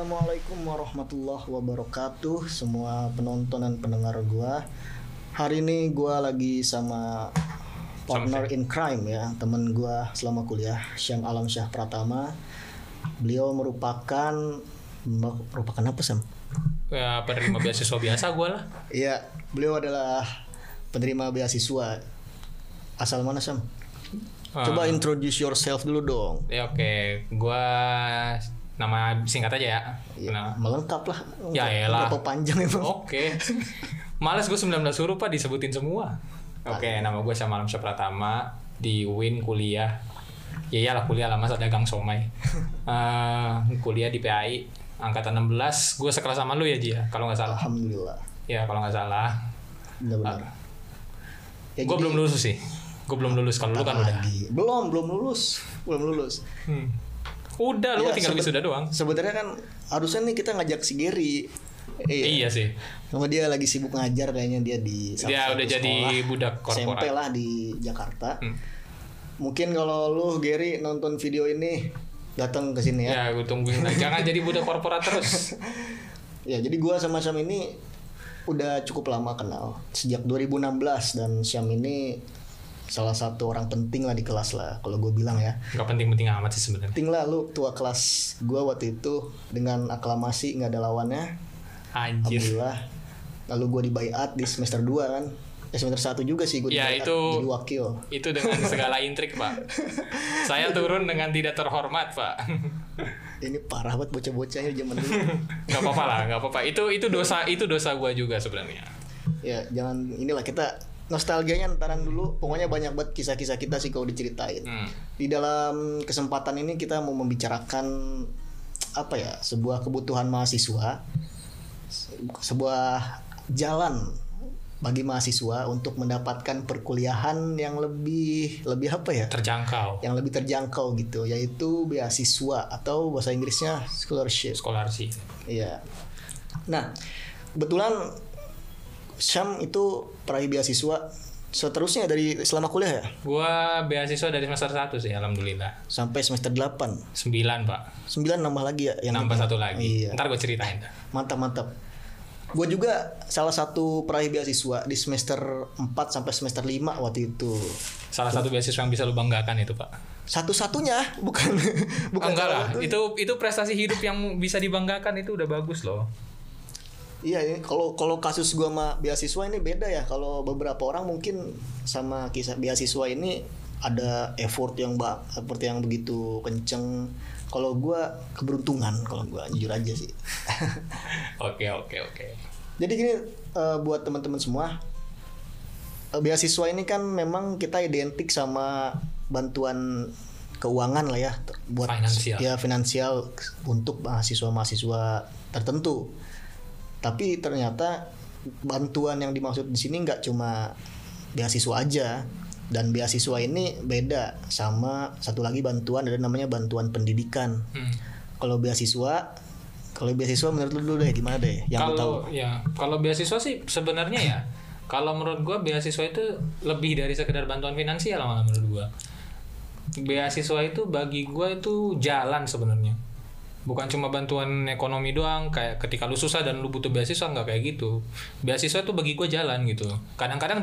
Assalamualaikum warahmatullahi wabarakatuh. Semua penonton dan pendengar gua. Hari ini gua lagi sama partner in crime ya, temen gua selama kuliah, Syam Alam Syah Pratama. Beliau merupakan apa, Sam? Ya, penerima beasiswa biasa gue lah. Iya, beliau adalah penerima beasiswa. Asal mana, Sam? Coba introduce yourself dulu dong. Ya oke, gue nama singkat aja ya. Ya, melengkap lah. Ya elah. Berapa panjang emang? Oke. Males gue 19 huruf Pak disebutin semua. Oke, nama gue Syam Alam Syah Pratama, di UIN kuliah. Ya iyalah kuliah lah, masa dagang somai. Kuliah di PAI angkatan 16. Gue sekelas sama lu ya Ji ya, kalau nggak salah. Alhamdulillah. Ya kalau nggak salah. Benar-benar. Ya, gue belum lulus sih. Gue belum lulus, kalau lu kan udah. Belum lulus. Udah, lu Ya, tinggal wisuda doang. Sebenarnya kan harusnya nih kita ngajak si Gary. Iya sih. Sama dia lagi sibuk ngajar kayaknya, dia di Dia udah jadi budak korporat. SMP lah di Jakarta. Mungkin kalau lu Gary nonton video ini datang ke sini ya. Ya, gue tungguin lah. Jangan jadi budak korporat terus. Ya, jadi gua sama Syam ini udah cukup lama kenal. Sejak 2016, dan Syam ini salah satu orang penting lah di kelas lah kalau gue bilang ya. Gak penting-penting amat sih sebenarnya. Penting lah, lu tua kelas gue waktu itu dengan aklamasi nggak ada lawannya. Anjir. Alhamdulillah. Lalu gue dibaiat di semester 2 kan. Semester 1 juga sih gue Ya dibaiat itu jadi wakil. Itu dengan segala intrik Pak. Saya turun dengan tidak terhormat Pak. Ini parah banget bocah-bocahnya zaman dulu. Gak apa-apa lah, gak apa-apa. Itu dosa gue juga sebenarnya. Ya jangan, inilah kita nostalgianya ntaran dulu. Pokoknya banyak banget kisah-kisah kita sih kalau diceritain. Di dalam kesempatan ini kita mau membicarakan apa ya, sebuah kebutuhan mahasiswa, sebuah jalan bagi mahasiswa untuk mendapatkan perkuliahan yang lebih apa ya? Terjangkau. Yang lebih terjangkau gitu, yaitu beasiswa atau bahasa Inggrisnya scholarship. Iya. Nah, kebetulan Syam itu peraih beasiswa seterusnya dari selama kuliah ya? Gua beasiswa dari semester 1 sih, alhamdulillah. Sampai semester 8. 9 Pak. 9 nambah lagi ya? Yang nambah satu lagi. Iya. Ntar gue ceritain. Mantap. Gue juga salah satu peraih beasiswa di semester 4 sampai semester 5 waktu itu. Salah satu beasiswa yang bisa lu banggakan itu Pak. Satu-satunya, bukan Enggak lah, satu. itu prestasi hidup yang bisa dibanggakan, itu udah bagus loh. Iya, kalau kasus gua sama beasiswa ini beda ya. Kalau beberapa orang mungkin sama kisah beasiswa ini ada effort yang seperti yang begitu kenceng. Kalau gua keberuntungan, kalau gua jujur aja sih. Oke. Jadi gini, buat teman-teman semua, beasiswa ini kan memang kita identik sama bantuan keuangan lah ya, buat finansial. Ya finansial untuk mahasiswa tertentu. Tapi ternyata bantuan yang dimaksud di sini nggak cuma beasiswa aja, dan beasiswa ini beda sama satu lagi bantuan, ada namanya bantuan pendidikan. Kalau beasiswa menurut lu dulu deh, gimana deh yang lu tahu? Kalau beasiswa sih sebenarnya ya, kalau menurut gua beasiswa itu lebih dari sekedar bantuan finansial malah menurut gua. Beasiswa itu bagi gua itu jalan sebenarnya. Bukan cuma bantuan ekonomi doang, kayak ketika lu susah dan lu butuh beasiswa, nggak kayak gitu. Beasiswa itu bagi gue jalan gitu. Kadang-kadang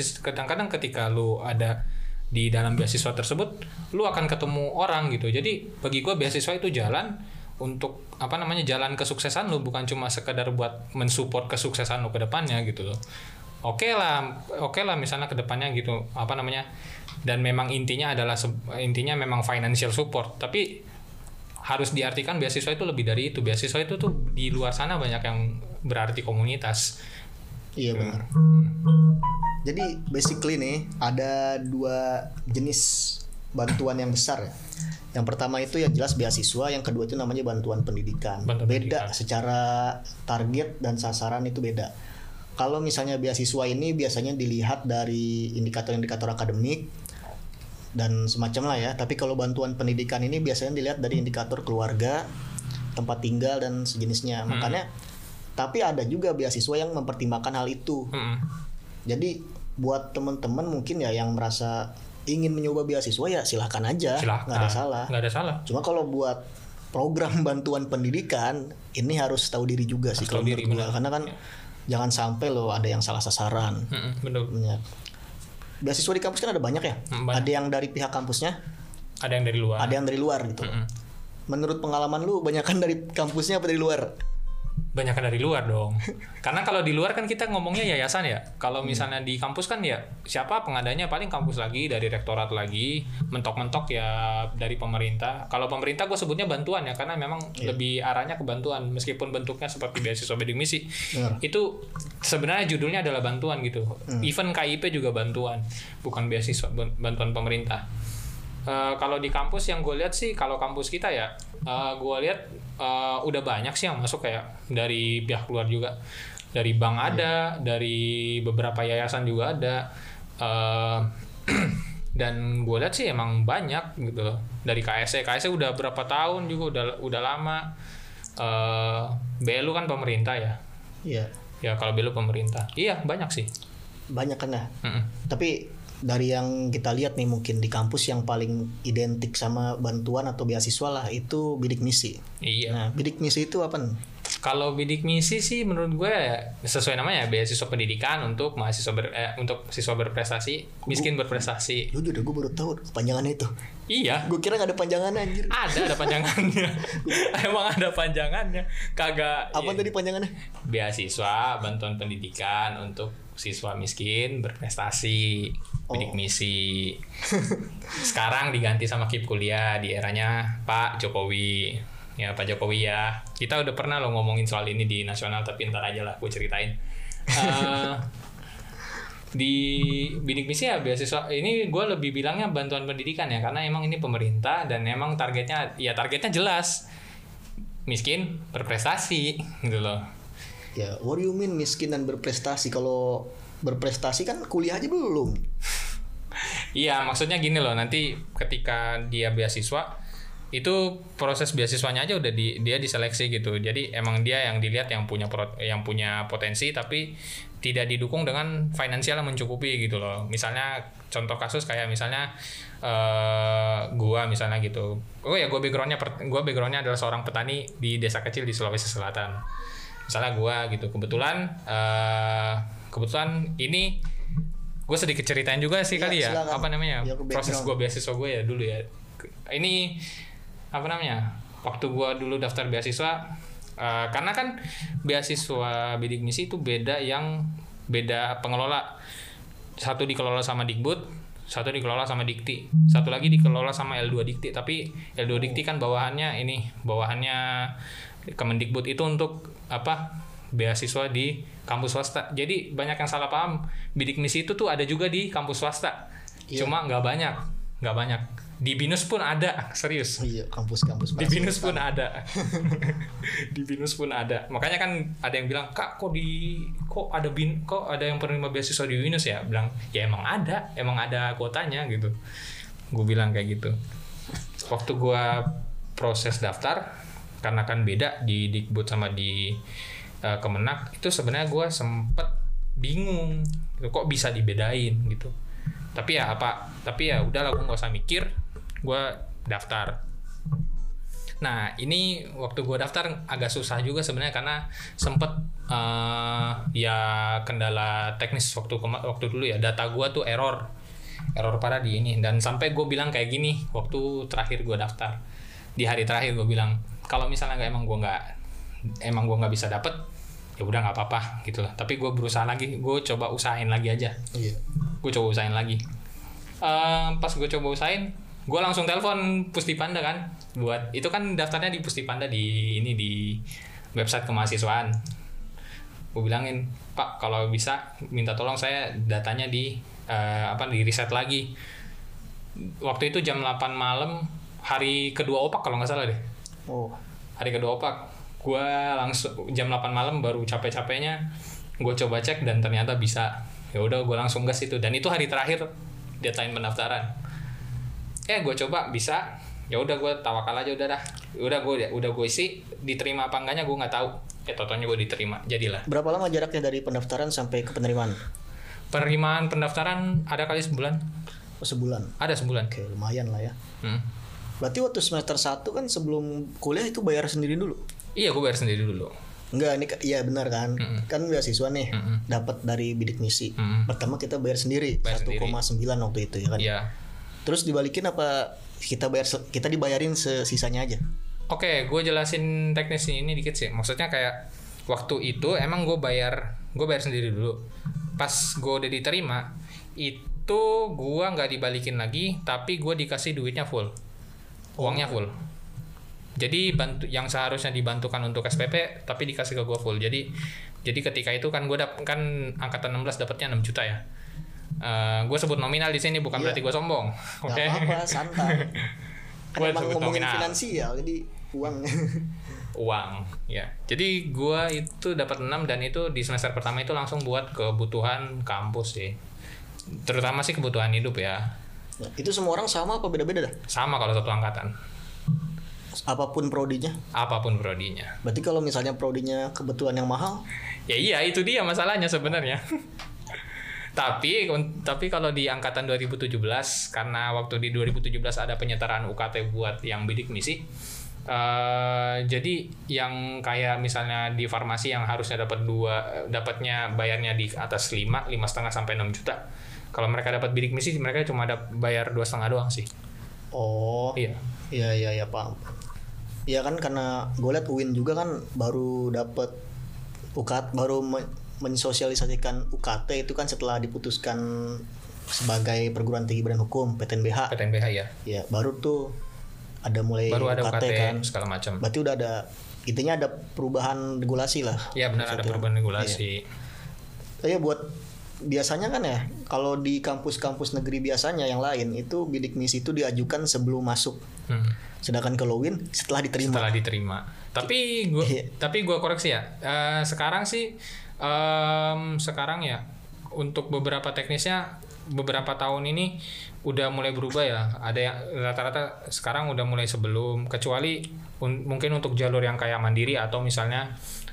ketika lu ada di dalam beasiswa tersebut, lu akan ketemu orang gitu. Jadi bagi gue beasiswa itu jalan untuk jalan kesuksesan lu, bukan cuma sekedar buat mensupport kesuksesan lu ke depannya gitu loh. Oke lah misalnya ke depannya gitu, dan memang intinya memang financial support, tapi harus diartikan beasiswa itu lebih dari itu. Beasiswa itu tuh di luar sana banyak yang berarti komunitas. Iya benar. Jadi basically nih ada 2 jenis bantuan yang besar ya. Yang pertama itu yang jelas beasiswa, yang kedua itu namanya bantuan pendidikan. Beda secara target dan sasaran, itu beda. Kalau misalnya beasiswa ini biasanya dilihat dari indikator-indikator akademik dan semacam lah ya. Tapi kalau bantuan pendidikan ini biasanya dilihat dari indikator keluarga, tempat tinggal dan sejenisnya. Makanya, tapi ada juga beasiswa yang mempertimbangkan hal itu. Jadi buat teman-teman mungkin ya yang merasa ingin mencoba beasiswa, ya silahkan aja, nggak ada salah. Nggak ada salah. Cuma kalau buat program bantuan pendidikan ini harus tahu diri juga sih kalau menurut gua. Karena kan jangan sampai lo ada yang salah sasaran. Betul. Ya. Beasiswa di kampus kan ada banyak ya. Ada yang dari pihak kampusnya, ada yang dari luar. ada yang dari luar gitu. Menurut pengalaman lu, banyakan dari kampusnya apa dari luar? Banyakan dari luar dong. Karena kalau di luar kan kita ngomongnya yayasan ya. Kalau misalnya di kampus kan ya siapa pengadanya, paling kampus lagi, dari rektorat lagi, mentok-mentok ya dari pemerintah. Kalau pemerintah gue sebutnya bantuan ya, karena memang lebih arahnya ke bantuan, meskipun bentuknya seperti beasiswa bidik misi. Itu sebenarnya judulnya adalah bantuan gitu. Even KIP juga bantuan, bukan beasiswa, bantuan pemerintah. Kalau di kampus yang gue lihat sih, kalau kampus kita ya, gue lihat udah banyak sih yang masuk kayak dari pihak luar juga, dari bank ada, dari beberapa yayasan juga ada, dan gue lihat sih emang banyak gitu loh. Dari KSE udah berapa tahun juga, udah lama. BLU kan pemerintah ya. Iya. Ya kalau BLU pemerintah, iya banyak sih. Banyak kan ya. Tapi dari yang kita lihat nih, mungkin di kampus yang paling identik sama bantuan atau beasiswa lah itu bidik misi. Iya. Nah, bidik misi itu apa nih? Kalau bidik misi sih menurut gue sesuai namanya, beasiswa pendidikan untuk mahasiswa untuk siswa berprestasi, miskin berprestasi. Jujur deh, gue baru tahu panjangannya itu. Iya. Gue kira gak ada panjangannya anjir. Ada panjangannya. Emang ada panjangannya. Kagak. Apa tadi panjangannya? Beasiswa bantuan pendidikan untuk siswa miskin berprestasi. Bidik misi. Sekarang diganti sama KIP kuliah di eranya Pak Jokowi. Ya Pak Jokowi ya. Kita udah pernah lo ngomongin soal ini di nasional, tapi ntar aja lah gue ceritain. Di bidik misi ya beasiswa ini gue lebih bilangnya bantuan pendidikan ya, karena emang ini pemerintah dan emang targetnya jelas, miskin berprestasi gitu loh. Ya, what do you mean miskin dan berprestasi? Kalau berprestasi kan kuliah aja belum. Iya, maksudnya gini loh, nanti ketika dia beasiswa itu proses beasiswanya aja udah dia diseleksi gitu. Jadi emang dia yang dilihat yang punya potensi, tapi tidak didukung dengan finansial yang mencukupi gitu loh. Misalnya contoh kasus kayak misalnya gua misalnya gitu. Oh ya, gua backgroundnya adalah seorang petani di desa kecil di Sulawesi Selatan. Misalnya gua gitu, kebetulan ini gue sedikit ceritain juga sih kali ya, silakan. Apa namanya ya, proses gue beasiswa gue ya dulu ya. Ini apa namanya, waktu gue dulu daftar beasiswa, karena kan beasiswa bidik misi itu beda pengelola. Satu dikelola sama Dikbud, satu dikelola sama Dikti, satu lagi dikelola sama L2 Dikti. Tapi L2 Dikti kan bawahannya Kemendikbud, itu untuk apa, beasiswa di kampus swasta. Jadi banyak yang salah paham, bidik misi itu tuh ada juga di kampus swasta. Cuma nggak banyak. Di BINUS pun ada, serius. Iya, kampus-kampus. Di BINUS pun ada. Di BINUS pun ada. Makanya kan ada yang bilang, "Kak, kok ada yang penerima beasiswa di BINUS ya?" Bilang, "Ya emang ada kuotanya gitu." Gue bilang kayak gitu. Waktu gue proses daftar, karena kan beda di Dikbud sama di Kemenak, itu sebenarnya gue sempet bingung gitu, kok bisa dibedain gitu. Tapi ya udahlah, gue nggak usah mikir, gue daftar. Nah ini waktu gue daftar agak susah juga sebenarnya, karena sempet ya kendala teknis waktu dulu ya, data gue tuh error parah di ini. Dan sampai gue bilang kayak gini waktu terakhir gue daftar, di hari terakhir gue bilang, kalau misalnya emang gue nggak bisa dapet, ya udah nggak apa-apa gitu lah. Tapi gue berusaha lagi, gue coba usahain lagi aja. Gue coba usahain lagi. Pas gue coba usahain, gue langsung telepon Pusdipanda kan, buat itu kan daftarnya di Pusdipanda di website kemahasiswaan. Gue bilangin, "Pak, kalau bisa minta tolong saya datanya di riset lagi." Waktu itu jam 8 malam, hari kedua opak kalau nggak salah deh. Hari kedua opak, gue langsung jam 8 malam baru capek-capeknya gue coba cek, dan ternyata bisa. Ya udah, gue langsung gas itu, dan itu hari terakhir deadline pendaftaran. Gue coba bisa, ya udah gue tawakal aja, udah gue isi, diterima apa enggaknya gue nggak tahu. Totonya gue diterima, jadilah. Berapa lama jaraknya dari pendaftaran sampai ke penerimaan? Penerimaan pendaftaran ada kali sebulan. Sebulan? Ada sebulan. Oke, lumayan lah ya. Berarti waktu semester 1 kan sebelum kuliah itu bayar sendiri dulu. Iya, gue bayar sendiri dulu. Enggak, ini iya benar kan. Kan beasiswa nih, dapat dari bidik misi. Pertama kita bayar sendiri, Bayar 1,9 waktu itu ya kan. Iya. Terus dibalikin apa kita dibayarin sisanya aja? Oke, gue jelasin teknis ini dikit sih. Maksudnya kayak waktu itu emang gue bayar sendiri dulu. Pas gue udah diterima, itu gue nggak dibalikin lagi, tapi gue dikasih duitnya full, uangnya full. Jadi yang seharusnya dibantukan untuk SPP, tapi dikasih ke gue full. Jadi ketika itu kan gue kan angkatan 16 dapatnya 6 juta ya. Gue sebut nominal di sini bukan berarti gue sombong. Oke. Apa santai. Kan emang ngomongin nominal. finansial, jadi uang. Uang, ya. Jadi gue itu dapat 6 dan itu di semester pertama itu langsung buat kebutuhan kampus sih. Terutama sih kebutuhan hidup ya. Nah, itu semua orang sama apa beda-beda dah? Sama kalau satu angkatan. Apapun prodinya. Apapun prodinya. Berarti kalau misalnya prodinya kebutuhan yang mahal, Ya iya, itu dia masalahnya sebenarnya. Tapi kalau di angkatan 2017, karena waktu di 2017 ada penyetaraan UKT buat yang bidik misi, jadi yang kayak misalnya di farmasi yang harusnya dapatnya bayarnya di atas 5,5 sampai 6 juta. Kalau mereka dapat bidik misi, mereka cuma bayar 2,5 doang sih. oh Iya. iya paham. Iya kan karena gue liat UIN juga kan baru dapat mensosialisasikan UKT itu kan setelah diputuskan sebagai perguruan tinggi badan hukum PTNBH. PTNBH ya. Ya baru tuh ada mulai Baru ada UKT kan segala macam. Berarti udah ada intinya ada perubahan regulasi lah. Iya benar, ada perubahan regulasi. Iya buat biasanya kan ya kalau di kampus-kampus negeri biasanya yang lain itu bidik misi itu diajukan sebelum masuk. Sedangkan kalau UIN setelah diterima. Tapi gue koreksi ya. Sekarang sih sekarang ya untuk beberapa teknisnya beberapa tahun ini udah mulai berubah ya. Ada yang rata-rata sekarang udah mulai sebelum, kecuali mungkin untuk jalur yang kayak mandiri atau misalnya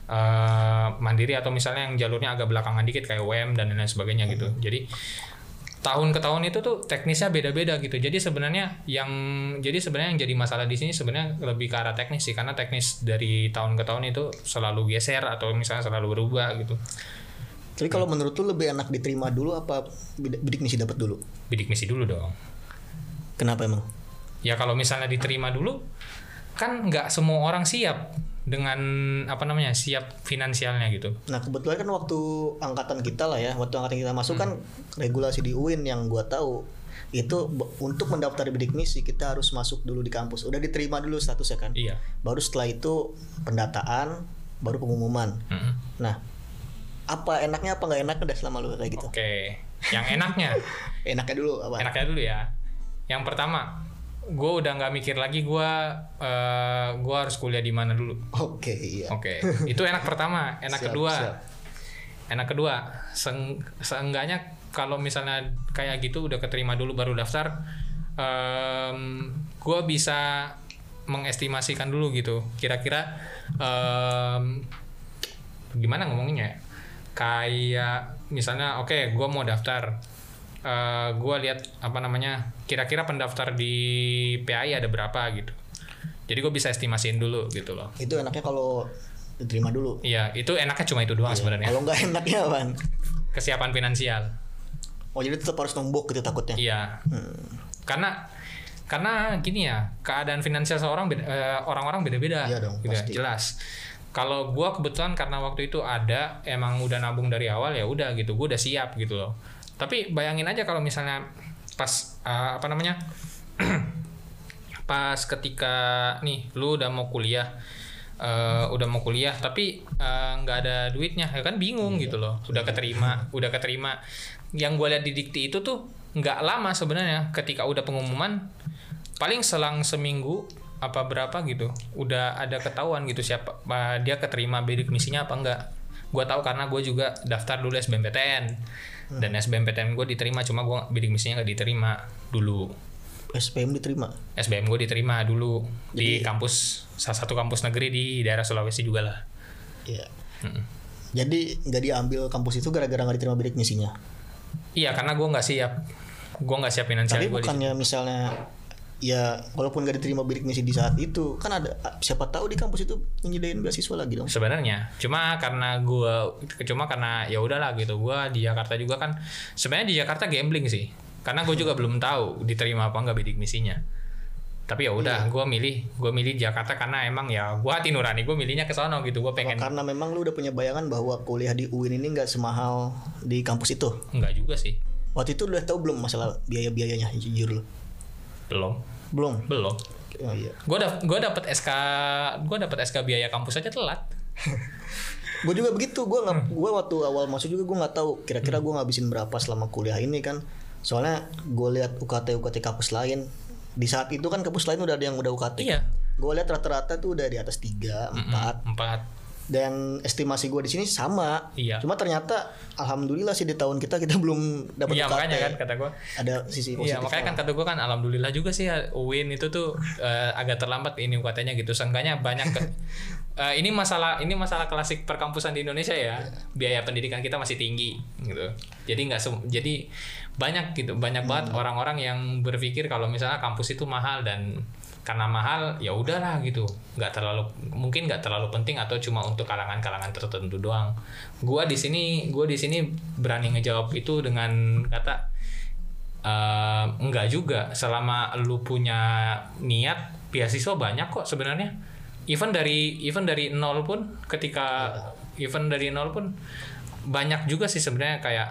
yang jalurnya agak belakangan dikit kayak UM dan lain sebagainya gitu. Jadi tahun ke tahun itu tuh teknisnya beda-beda gitu. Jadi sebenarnya yang jadi masalah di sini sebenarnya lebih ke arah teknis sih, karena teknis dari tahun ke tahun itu selalu geser atau misalnya selalu berubah gitu. Jadi kalau menurut lu lebih enak diterima dulu apa bidik misi dapat dulu? Bidik misi dulu dong. Kenapa emang? Ya kalau misalnya diterima dulu kan nggak semua orang siap dengan siap finansialnya gitu. Nah kebetulan kan waktu angkatan kita masuk kan regulasi di UIN yang gua tahu itu untuk mendaftar bidik misi kita harus masuk dulu di kampus, udah diterima dulu statusnya kan. Iya. Baru setelah itu pendataan, baru pengumuman. Nah apa enaknya apa nggak enaknya selama lu kayak gitu? Oke. Yang enaknya enaknya dulu apa? Enaknya dulu ya. Yang pertama, gue udah nggak mikir lagi gue harus kuliah di mana dulu. Oke, iya. Oke. Itu enak pertama. Siap. Enak kedua, seenggaknya kalau misalnya kayak gitu udah keterima dulu baru daftar, gue bisa mengestimasikan dulu gitu. Kira-kira gimana ngomongnya? Kayak misalnya, oke, gue mau daftar. Gue lihat kira-kira pendaftar di PAI ada berapa gitu. Jadi gue bisa estimasiin dulu gitu loh. Itu enaknya kalau diterima dulu. Iya, itu enaknya cuma itu doang sebenarnya. Kalau nggak enaknya apaan? Kesiapan finansial. Oh jadi tetap harus nombok gitu takutnya. Iya. Karena gini ya, keadaan finansial orang-orang beda-beda. Iya dong, gitu, pasti. jelas. Kalau gue kebetulan karena waktu itu emang udah nabung dari awal, ya udah gitu, gue udah siap gitu loh. Tapi bayangin aja kalau misalnya pas pas ketika nih lu udah mau kuliah tapi nggak ada duitnya, ya kan bingung gitu loh. Udah keterima. Yang gue lihat di dikti itu tuh nggak lama sebenarnya, ketika udah pengumuman paling selang seminggu apa berapa gitu udah ada ketahuan gitu siapa dia keterima bidik misinya apa enggak. Gue tahu karena gue juga daftar dulu SBMPTN dan SBMPTN gue diterima, cuma gue bidik misinya nggak diterima dulu. SBM diterima? SBM gue diterima dulu. Jadi, di salah satu kampus negeri di daerah Sulawesi juga lah. Iya. Jadi nggak diambil kampus itu gara-gara nggak diterima bidik misinya? Iya, karena gue nggak siap finansial. Tapi bukannya misalnya ya walaupun gak diterima bidik misi di saat itu kan ada siapa tahu di kampus itu nyediain beasiswa lagi dong. Sebenarnya cuma karena ya udahlah gitu, gua di Jakarta juga kan sebenarnya di Jakarta gambling sih karena gue juga belum tahu diterima apa enggak bidik misinya. Tapi ya udah, gue milih Jakarta karena emang ya gue hati nurani gue milihnya ke sono gitu. Gue pengen. Karena memang lu udah punya bayangan bahwa kuliah di UIN ini nggak semahal di kampus itu. Enggak juga sih. Waktu itu lu udah tahu belum masalah biayanya jujur lu? Belum. Oh, iya. Gue dapat SK biaya kampus aja telat. Gue juga begitu. Gue waktu awal masuk juga gue nggak tahu kira-kira gue ngabisin berapa selama kuliah ini kan. Soalnya gue lihat UKT kampus lain. Di saat itu kan kampus lain udah ada yang udah UKT. Iya. Gue lihat rata-rata tuh udah di atas 3, 4. Dan estimasi gue di sini sama. Iya. Cuma ternyata alhamdulillah sih di tahun kita belum dapat UKT. Iya, makanya kan kata gue. Ada sisi positif. Iya, makanya kan kata gue kan alhamdulillah juga sih UIN itu tuh agak terlambat ini UKT-nya gitu. Seenggaknya banyak ini masalah klasik perkampusan di Indonesia ya. Biaya pendidikan kita masih tinggi gitu. Jadi banyak banget orang-orang yang berpikir kalau misalnya kampus itu mahal dan karena mahal ya udahlah gitu, nggak terlalu penting atau cuma untuk kalangan tertentu doang. Gua di sini berani ngejawab itu dengan kata enggak juga. Selama lu punya niat, beasiswa banyak kok sebenarnya. Even dari nol pun banyak juga sih sebenarnya kayak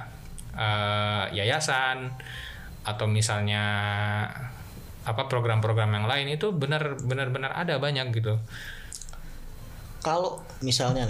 yayasan atau misalnya program-program yang lain itu benar-benar ada banyak gitu. Kalau misalnya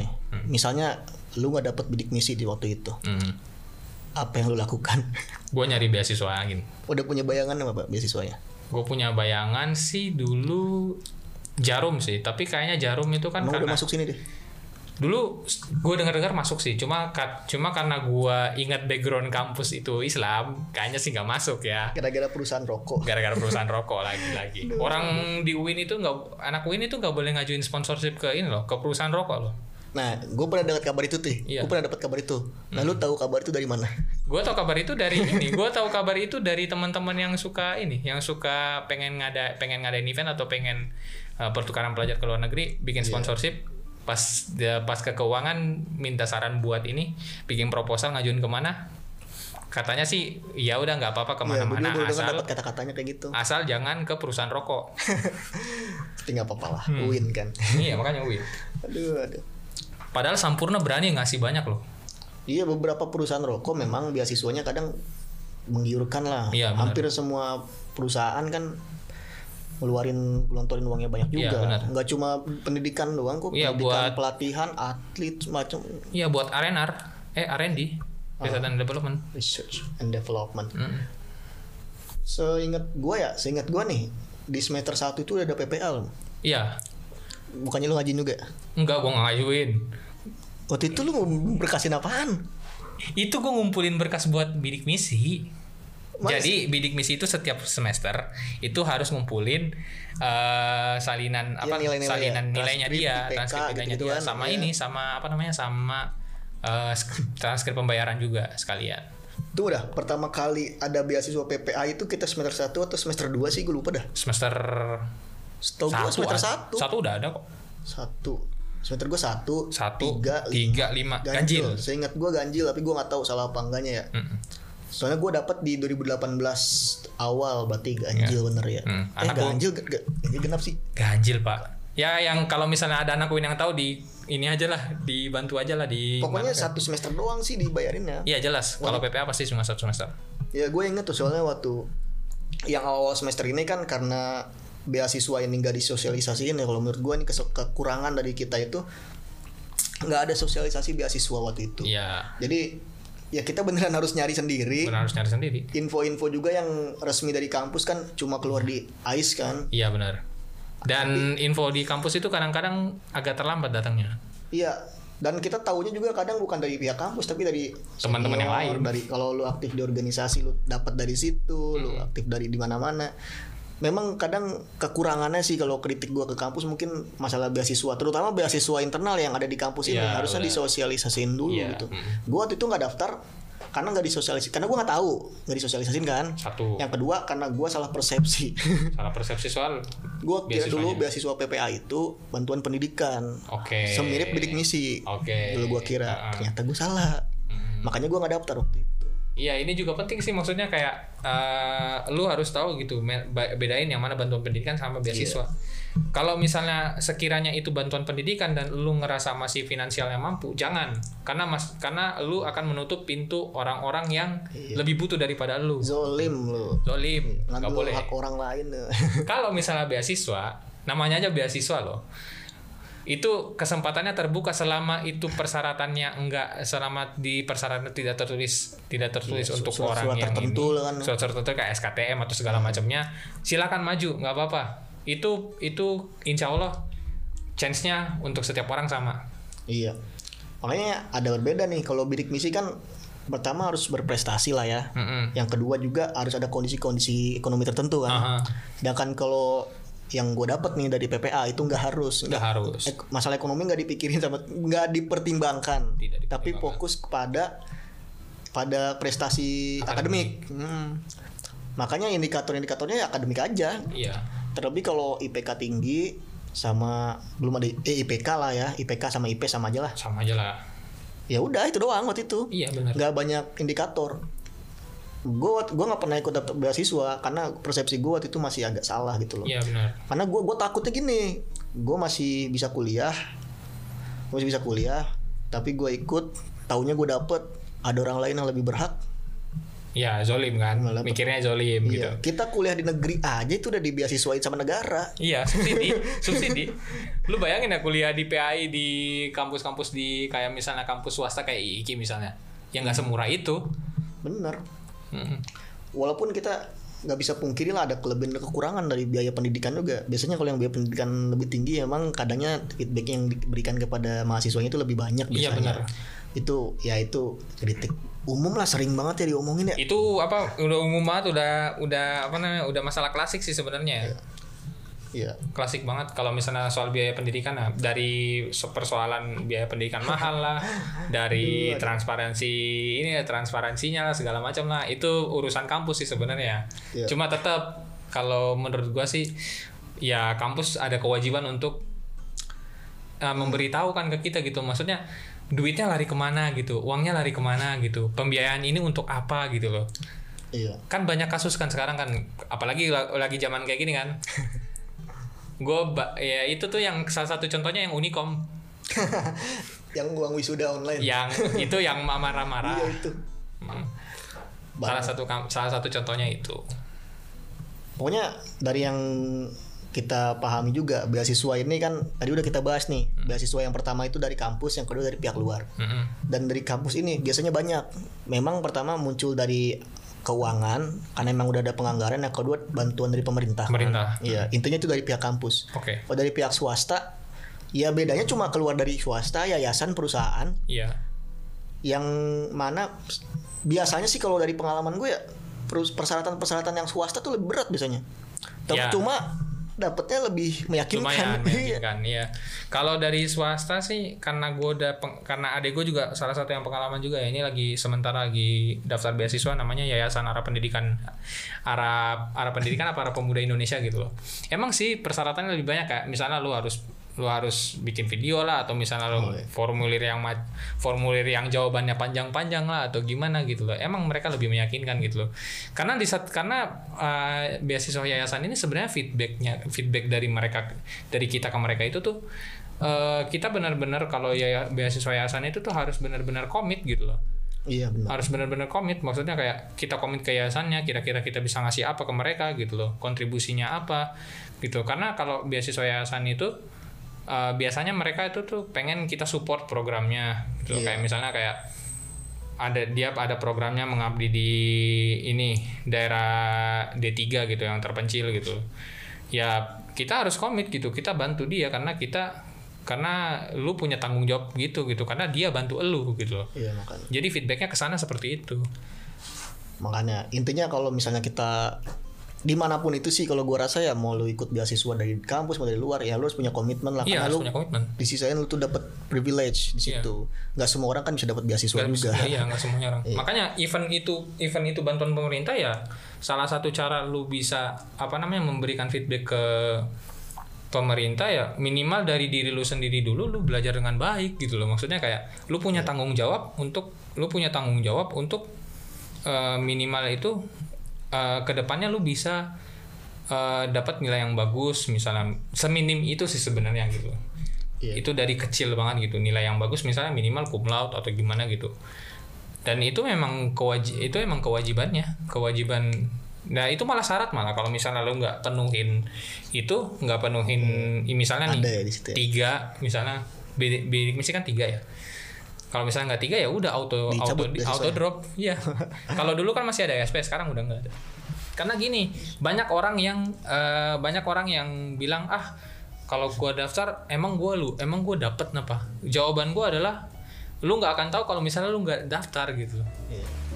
lu nggak dapet bidik misi di waktu itu, apa yang lu lakukan? Gue nyari beasiswa lagi. Udah punya bayangan apa Pak beasiswanya? Gue punya bayangan sih dulu Jarum sih, tapi kayaknya Jarum itu kan karena udah masuk sini deh. Dulu gue dengar masuk sih, cuma karena gue ingat background kampus itu Islam, kayaknya sih nggak masuk ya. Gara-gara perusahaan rokok lagi. Orang di UIN itu anak UIN itu nggak boleh ngajuin sponsorship ke perusahaan rokok loh. Nah, gue pernah dapat kabar itu tuh. Iya. Gue pernah dapat kabar itu. Nah, lu tahu kabar itu dari mana? Gue tahu kabar itu dari ini. Gue tahu kabar itu dari teman-teman yang suka pengen ngadain event atau pengen pertukaran pelajar ke luar negeri, bikin sponsorship. Pas ke keuangan minta saran buat ini, bikin proposal ngajuin kemana? Katanya sih ya udah nggak apa-apa kemana-mana asal dapat kata-katanya kayak gitu. Asal jangan ke perusahaan rokok. Tapi nggak apa-apa lah, UIN kan. Iya makanya UIN. Aduh. Padahal Sampurna berani ngasih banyak loh. Iya, beberapa perusahaan rokok memang beasiswanya kadang menggiurkan lah. Iya, hampir semua perusahaan kan ngelontorin uangnya banyak juga. Iya, nggak cuma pendidikan doang kok, iya, pendidikan, pelatihan, atlet semacam. Iya, buat R&D, Research and Development. Research and Development. Seingat gue nih di semester 1 itu udah ada PPL. Iya. Bukannya lu ngajin juga? Enggak, gue ngajuin. Waktu itu lu berkasin apaan? Itu gue ngumpulin berkas buat bidik misi. Jadi bidik misi itu setiap semester itu harus ngumpulin salinan nilainya dia, transkrip nilainya dia, sama transkrip pembayaran juga sekalian. Itu udah pertama kali ada beasiswa PPA itu kita semester 1 atau semester 2 sih, gue lupa dah. Semester 1 udah ada kok. 1 semester gue 1, 3, 5 ganjil. Seingat gue ganjil, tapi gue nggak tahu salah apa enggaknya ya. Soalnya gue dapat di 2018 awal, berarti ganjil bener ya. Ganjil genap sih. Ganjil Pak. Ya yang kalau misalnya ada anak UIN yang tahu dibantu aja lah di. Pokoknya 1 semester doang sih dibayarinnya. Iya jelas. Kalau PPA pasti cuma 1 semester. Ya gue inget tuh soalnya waktu yang awal semester ini kan karena beasiswa ini nggak disosialisasiin ya. Kalau menurut gue ini kekurangan dari kita itu nggak ada sosialisasi beasiswa waktu itu. Iya. Jadi ya kita beneran harus nyari sendiri. Info-info juga yang resmi dari kampus kan cuma keluar di AIS kan. Iya benar. Dan info di kampus itu kadang-kadang agak terlambat datangnya. Iya. Dan kita taunya juga kadang bukan dari pihak kampus tapi dari teman-teman yang lain. Dari kalau lu aktif di organisasi lu dapat dari situ, lu aktif dari di mana-mana. Memang kadang kekurangannya sih kalau kritik gua ke kampus mungkin masalah beasiswa, terutama beasiswa internal yang ada di kampus ini harusnya disosialisasiin dulu gitu. Gua waktu itu nggak daftar karena nggak disosialisasi, karena gue nggak tahu, nggak disosialisasin kan. Satu. Yang kedua karena gue salah persepsi. Salah persepsi soal Gue kira dulu beasiswanya. beasiswa PPA itu bantuan pendidikan. Oke. Semirip bidik misi. Oke. Dulu gue kira, ternyata gue salah. Makanya gue nggak daftar waktu itu. Iya, ini juga penting sih, maksudnya kayak lu harus tahu gitu bedain yang mana bantuan pendidikan sama beasiswa. Kalau misalnya sekiranya itu bantuan pendidikan dan lu ngerasa masih finansialnya mampu, jangan, karena lu akan menutup pintu orang-orang yang lebih butuh daripada lu. Zolim lu. Zolim, nggak Ngambil boleh. hak orang lain. Kalau misalnya beasiswa, namanya aja beasiswa loh. Itu kesempatannya terbuka selama itu persyaratannya selama di persyaratan tidak tertulis untuk surat-surat orang yang tertentu ini kan. surat tertentu kayak SKTM atau segala macamnya, silakan maju, nggak apa-apa. Itu insya Allah chance-nya untuk setiap orang sama. Iya. Makanya ada berbeda nih, kalau bidik misi kan pertama harus berprestasi lah ya. Yang kedua juga harus ada kondisi-kondisi ekonomi tertentu kan. Sedangkan kalau yang gue dapat nih dari PPA itu nggak harus. Masalah ekonomi nggak dipikirin sama, nggak dipertimbangkan. Tapi fokus pada prestasi akademik. Makanya indikatornya akademik aja. Iya. Terlebih kalau IPK tinggi sama belum ada IPK lah ya, IPK sama IP sama aja lah. Sama aja lah. Ya udah itu doang waktu itu. Iya benar. Nggak banyak indikator. Gue nggak pernah ikut daftar beasiswa karena persepsi gue waktu itu masih agak salah gitu loh. Iya benar. Karena gue takutnya gini, gue masih bisa kuliah, tapi gue ikut, taunya gue dapet, ada orang lain yang lebih berhak. Ya zolim kan, mikirnya zolim gitu. Iya. Kita kuliah di negeri aja itu udah dibeasiswain sama negara. Iya, subsidi. Lu bayangin ya kuliah di PAI di kampus-kampus di kayak misalnya kampus swasta kayak IIKI misalnya, yang nggak semurah itu. Bener. Walaupun kita nggak bisa pungkiri lah ada kelebihan dan kekurangan dari biaya pendidikan juga. Biasanya kalau yang biaya pendidikan lebih tinggi emang kadangnya feedback yang diberikan kepada mahasiswanya itu lebih banyak biasanya. Iya benar. Itu kritik umum lah, sering banget ya diomongin ya. Itu udah umum banget, udah masalah klasik sih sebenarnya. Iya. Klasik banget kalau misalnya soal biaya pendidikan, nah, dari persoalan biaya pendidikan mahal lah, dari transparansinya lah segala macam lah, itu urusan kampus sih sebenarnya. Iya. Cuma tetap kalau menurut gua sih ya kampus ada kewajiban untuk memberitahukan ke kita gitu, maksudnya duitnya lari kemana gitu, uangnya lari kemana gitu, pembiayaan ini untuk apa gitu loh. Iya. Kan banyak kasus kan sekarang kan, apalagi lagi zaman kayak gini kan. Ya itu tuh yang salah satu contohnya yang Unicom. Yang uang wisuda online. Yang itu yang marah-marah. Iya itu. Salah satu contohnya itu. Pokoknya dari yang kita pahami juga, beasiswa ini kan tadi udah kita bahas nih. Beasiswa yang pertama itu dari kampus, yang kedua dari pihak luar. Dan dari kampus ini biasanya banyak. Memang pertama muncul dari keuangan karena memang udah ada penganggaran, yang kedua bantuan dari pemerintah. Iya, intinya itu dari pihak kampus. Oke. Kalau dari pihak swasta, ya bedanya cuma keluar dari swasta, yayasan, perusahaan. Iya. Yang mana biasanya sih kalau dari pengalaman gue ya, persyaratan yang swasta tuh lebih berat biasanya. Ya. Cuma dapatnya lebih meyakinkan. Lumayan meyakinkan, iya. Kalau dari swasta sih karena karena adek gue juga salah satu yang pengalaman juga ya, ini sementara lagi daftar beasiswa namanya Yayasan Arah Pendidikan Arah Pemuda Indonesia gitu loh. Emang sih persyaratannya lebih banyak, kayak misalnya lu harus bikin video lah, atau misalnya formulir yang jawabannya panjang-panjang lah, atau gimana gitu loh. Emang mereka lebih meyakinkan gitu loh. Karena beasiswa yayasan ini sebenarnya feedback dari kita ke mereka itu tuh kita benar-benar kalau beasiswa yayasan itu tuh harus benar-benar komit gitu loh. Iya benar. Harus benar-benar komit, maksudnya kayak kita komit ke yayasannya, kira-kira kita bisa ngasih apa ke mereka gitu loh, kontribusinya apa gitu. Karena kalau beasiswa yayasan itu biasanya mereka itu tuh pengen kita support programnya gitu. Kayak misalnya kayak ada programnya mengabdi di daerah D3 gitu yang terpencil gitu. Ya kita harus komit gitu, kita bantu dia karena lu punya tanggung jawab gitu karena dia bantu elu gitu loh. Iya, makanya. Jadi feedbacknya ke sana seperti itu. Makanya intinya kalau misalnya kita dimanapun itu sih kalau gua rasa ya, mau lu ikut beasiswa dari kampus mau dari luar, ya lu harus punya komitmen lah, Iya, karena harus lu punya komitmen. disisain lu tuh dapat privilege di situ. Nggak semua orang kan bisa dapat beasiswa juga. Iya, nggak semuanya orang. Makanya event itu bantuan pemerintah ya, salah satu cara lu bisa memberikan feedback ke pemerintah ya, minimal dari diri lu sendiri dulu, lu belajar dengan baik gitu loh. Maksudnya kayak lu punya tanggung jawab untuk minimal itu kedepannya lu bisa dapat nilai yang bagus, misalnya seminim itu sih sebenarnya gitu. Itu dari kecil banget gitu, nilai yang bagus misalnya minimal cum laude atau gimana gitu. Dan itu memang kewajiban. Nah itu malah syarat, malah kalau misalnya lu nggak penuhin misalnya nih Ada ya di situ ya? 3 misalnya bidik misi kan 3 ya. Kalau misalnya nggak 3 ya udah auto drop. Iya. Kalau dulu kan masih ada SP, sekarang udah nggak ada. Karena gini, banyak orang yang bilang kalau gua daftar emang gua dapet apa? Jawaban gua adalah lu nggak akan tahu kalau misalnya lu nggak daftar gitu. Iya.